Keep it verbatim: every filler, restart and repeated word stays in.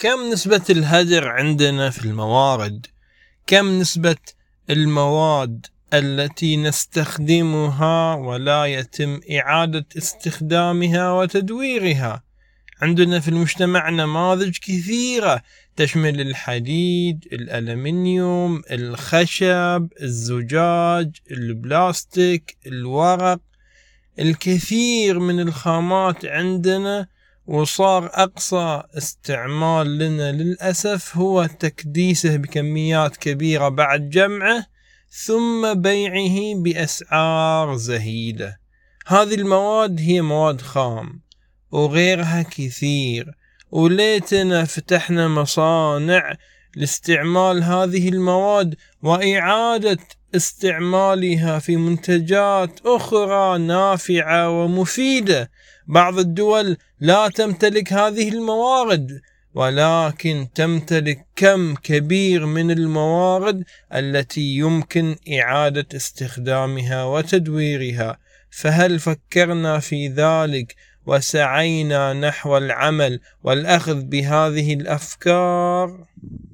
كم نسبة الهدر عندنا في الموارد؟ كم نسبة المواد التي نستخدمها ولا يتم إعادة استخدامها وتدويرها؟ عندنا في المجتمع نماذج كثيرة تشمل الحديد، الألمنيوم، الخشب، الزجاج، البلاستيك، الورق، الكثير من الخامات عندنا، وصار أقصى استعمال لنا للأسف هو تكديسه بكميات كبيرة بعد جمعه ثم بيعه بأسعار زهيدة. هذه المواد هي مواد خام وغيرها كثير، وليتنا فتحنا مصانع لاستعمال هذه المواد وإعادة استعمالها في منتجات أخرى نافعة ومفيدة. بعض الدول لا تمتلك هذه الموارد، ولكن تمتلك كم كبير من الموارد التي يمكن إعادة استخدامها وتدويرها. فهل فكرنا في ذلك وسعينا نحو العمل والأخذ بهذه الأفكار؟